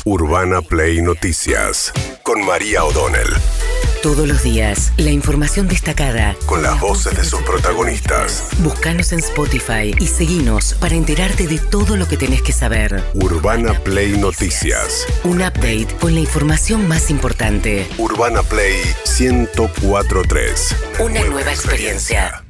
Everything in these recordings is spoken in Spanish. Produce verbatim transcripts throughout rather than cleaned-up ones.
Urbana Play Noticias, con María O'Donnell. Todos los días, la información destacada, con las voces de sus protagonistas. Búscanos en Spotify y seguinos para enterarte de todo lo que tenés que saber. Urbana Play Noticias. Un update con la información más importante. Urbana Play ciento cuatro punto tres. Una nueva experiencia.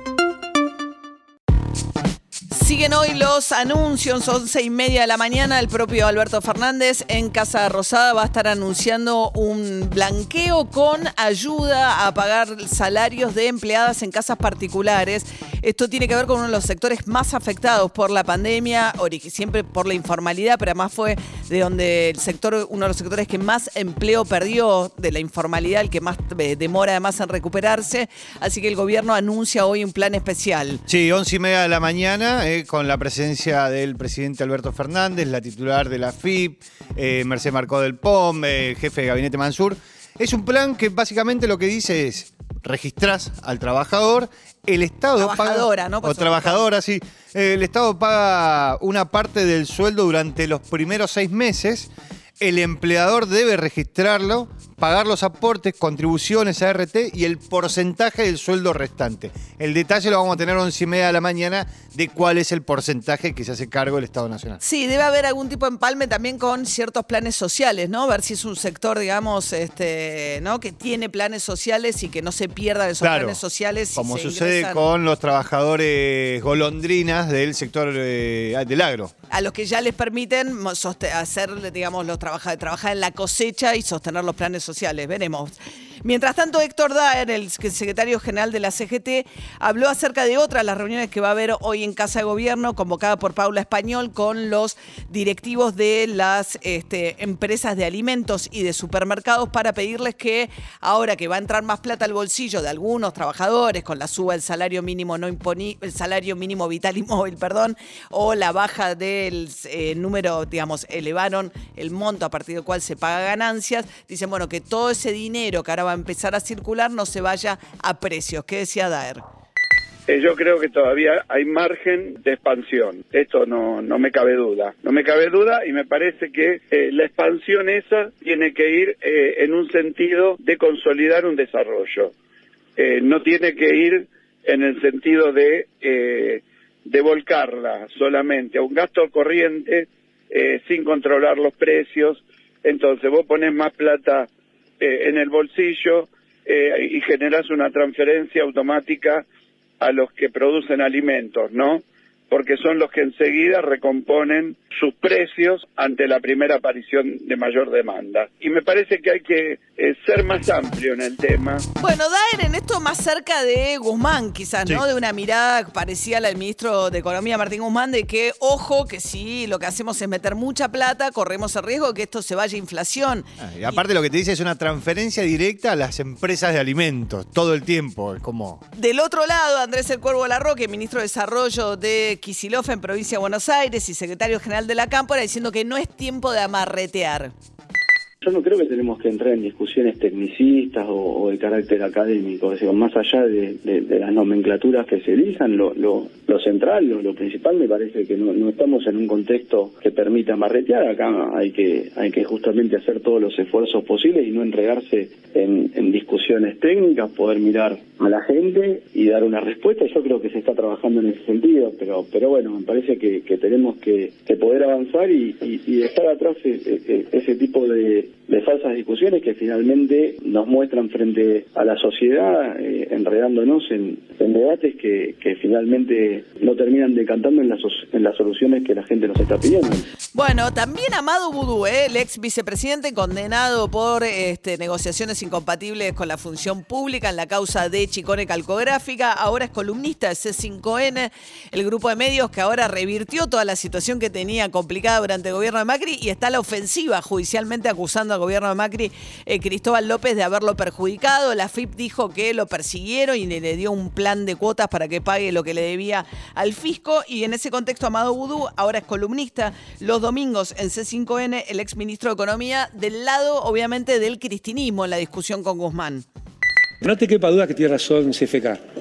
Siguen hoy los anuncios, once y media de la mañana. El propio Alberto Fernández en Casa Rosada va a estar anunciando un blanqueo con ayuda a pagar salarios de empleadas en casas particulares. Esto tiene que ver con uno de los sectores más afectados por la pandemia, siempre por la informalidad, pero además fue de donde el sector, uno de los sectores que más empleo perdió de la informalidad, el que más demora además en recuperarse. Así que el gobierno anuncia hoy un plan especial. Sí, once y media de la mañana, eh, con la presencia del presidente Alberto Fernández, la titular de la F I P, eh, Mercedes Marcó del P O M, eh, jefe de gabinete Mansur. Es un plan que básicamente lo que dice es: registrás al trabajador, el Estado trabajadora, paga, ¿no? o trabajadora, sí. Eh, el Estado paga una parte del sueldo durante los primeros seis meses. El empleador debe registrarlo, pagar los aportes, contribuciones a R T y el porcentaje del sueldo restante. El detalle lo vamos a tener a once y media de la mañana de cuál es el porcentaje que se hace cargo del Estado Nacional. Sí, debe haber algún tipo de empalme también con ciertos planes sociales, ¿no? Ver si es un sector, digamos, este, ¿no? que tiene planes sociales y que no se pierdan esos claro, planes sociales. Si como se sucede ingresan con los trabajadores golondrinas del sector eh, del agro. A los que ya les permiten hacer, digamos, los trabajar, trabajar en la cosecha y sostener los planes sociales. Veremos. Mientras tanto, Héctor Daer, el secretario general de la C G T, habló acerca de otras las reuniones que va a haber hoy en Casa de Gobierno, convocada por Paula Español, con los directivos de las este, empresas de alimentos y de supermercados para pedirles que, ahora que va a entrar más plata al bolsillo de algunos trabajadores con la suba del salario mínimo no imponi- el salario mínimo vital y móvil, perdón, o la baja del eh, número, digamos, elevaron el monto a partir del cual se paga ganancias, dicen, bueno, que todo ese dinero que ahora va a empezar a circular no se vaya a precios. ¿Qué decía Daer? Eh, yo creo que todavía hay margen de expansión. Esto no, no me cabe duda. No me cabe duda y me parece que eh, la expansión esa tiene que ir eh, en un sentido de consolidar un desarrollo. Eh, no tiene que ir en el sentido de, eh, de volcarla solamente a un gasto corriente eh, sin controlar los precios. Entonces vos ponés más plata Eh, en el bolsillo eh, y generas una transferencia automática a los que producen alimentos, ¿no? Porque son los que enseguida recomponen sus precios ante la primera aparición de mayor demanda. Y me parece que hay que eh, ser más amplio en el tema. Bueno, Daer en esto más cerca de Guzmán, quizás, ¿no? Sí. De una mirada parecida a la del ministro de Economía, Martín Guzmán, de que, ojo, que si lo que hacemos es meter mucha plata, corremos el riesgo de que esto se vaya a inflación. Ah, y aparte y, lo que te dice es una transferencia directa a las empresas de alimentos, todo el tiempo, es como... Del otro lado, Andrés El Cuervo Larroque, ministro de Desarrollo de Kicillof en Provincia de Buenos Aires y secretario general de la Cámpora, diciendo que no es tiempo de amarretear. Yo no creo que tenemos que entrar en discusiones tecnicistas o, o de carácter académico, es decir, más allá de, de, de las nomenclaturas que se elijan, lo, lo, lo central, lo, lo principal me parece que no, no estamos en un contexto que permita amarretear. Acá hay que hay que justamente hacer todos los esfuerzos posibles y no entregarse en, en discusiones técnicas, poder mirar a la gente y dar una respuesta. Yo creo que se está trabajando en ese sentido, pero pero bueno, me parece que, que tenemos que, que poder avanzar y, y, y dejar atrás ese, ese tipo de de falsas discusiones que finalmente nos muestran frente a la sociedad, eh, enredándonos en, en debates que, que finalmente no terminan decantando en las, en las soluciones que la gente nos está pidiendo. Bueno, también Amado Boudou, ¿eh? El ex vicepresidente condenado por este, negociaciones incompatibles con la función pública en la causa de Chicone Calcográfica, ahora es columnista de C cinco N, el grupo de medios que ahora revirtió toda la situación que tenía complicada durante el gobierno de Macri y está a la ofensiva judicialmente acusando al gobierno de Macri, eh, Cristóbal López, de haberlo perjudicado. La F I P dijo que lo persiguieron y le dio un plan de cuotas para que pague lo que le debía al fisco. Y en ese contexto, Amado Boudou ahora es columnista los domingos en C cinco N, el exministro de Economía, del lado, obviamente, del cristinismo en la discusión con Guzmán. No te quepa duda que tiene razón C F K.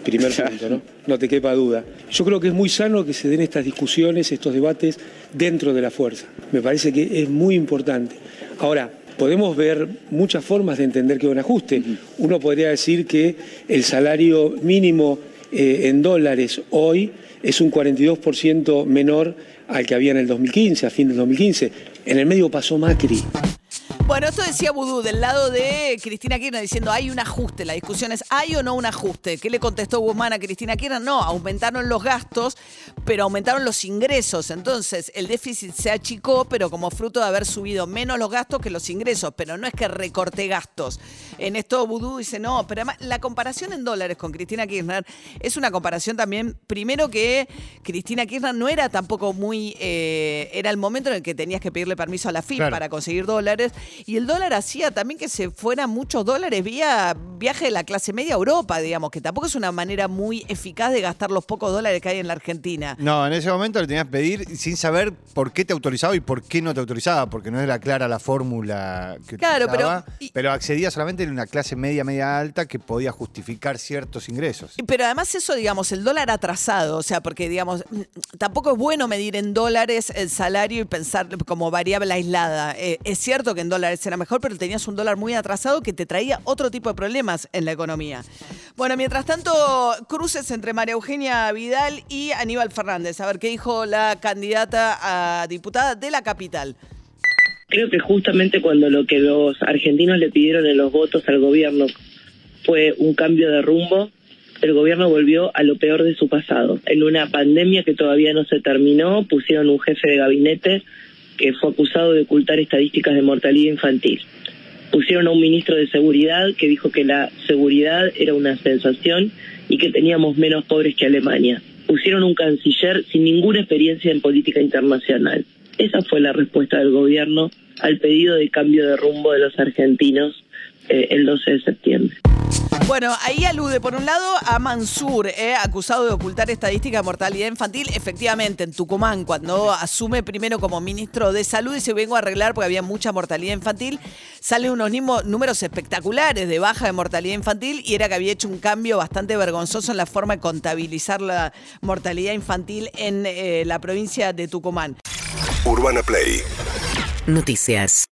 Primer punto, ¿no? No te quepa duda. Yo creo que es muy sano que se den estas discusiones, estos debates dentro de la fuerza. Me parece que es muy importante. Ahora, podemos ver muchas formas de entender que es un ajuste. Uno podría decir que el salario mínimo eh, en dólares hoy es un cuarenta y dos por ciento menor al que había en el dos mil quince, a fin del dos mil quince. En el medio pasó Macri. Bueno, esto decía Vudú del lado de Cristina Kirchner diciendo hay un ajuste. La discusión es ¿hay o no un ajuste? ¿Qué le contestó Guzmán a Cristina Kirchner? No, aumentaron los gastos, pero aumentaron los ingresos. Entonces, el déficit se achicó, pero como fruto de haber subido menos los gastos que los ingresos. Pero no es que recorté gastos. En esto Vudú dice no, pero además la comparación en dólares con Cristina Kirchner es una comparación también, primero que Cristina Kirchner no era tampoco muy... Eh, era el momento en el que tenías que pedirle permiso a la F I P claro. para conseguir dólares. Y el dólar hacía también que se fueran muchos dólares vía viaje de la clase media a Europa, digamos, que tampoco es una manera muy eficaz de gastar los pocos dólares que hay en la Argentina. No, en ese momento le tenías que pedir sin saber por qué te autorizaba y por qué no te autorizaba, porque no era clara la fórmula que claro, utilizaba, pero, y, pero accedía solamente en una clase media, media alta que podía justificar ciertos ingresos. Pero además eso, digamos, el dólar atrasado, o sea, porque, digamos, tampoco es bueno medir en dólares el salario y pensar como variable aislada. Eh, es cierto que en dólares era mejor, pero tenías un dólar muy atrasado que te traía otro tipo de problemas en la economía. Bueno, mientras tanto, cruces entre María Eugenia Vidal y Aníbal Fernández. A ver qué dijo la candidata a diputada de la capital. Creo que justamente cuando lo que los argentinos le pidieron en los votos al gobierno fue un cambio de rumbo, el gobierno volvió a lo peor de su pasado. En una pandemia que todavía no se terminó, pusieron un jefe de gabinete que fue acusado de ocultar estadísticas de mortalidad infantil. Pusieron a un ministro de Seguridad que dijo que la seguridad era una sensación y que teníamos menos pobres que Alemania. Pusieron un canciller sin ninguna experiencia en política internacional. Esa fue la respuesta del gobierno al pedido de cambio de rumbo de los argentinos eh, el doce de septiembre. Bueno, ahí alude por un lado a Mansur, eh, acusado de ocultar estadísticas de mortalidad infantil. Efectivamente, en Tucumán, cuando asume primero como ministro de Salud y se vengo a arreglar porque había mucha mortalidad infantil, salen unos números espectaculares de baja de mortalidad infantil y era que había hecho un cambio bastante vergonzoso en la forma de contabilizar la mortalidad infantil en eh, la provincia de Tucumán. Urbana Play. Noticias.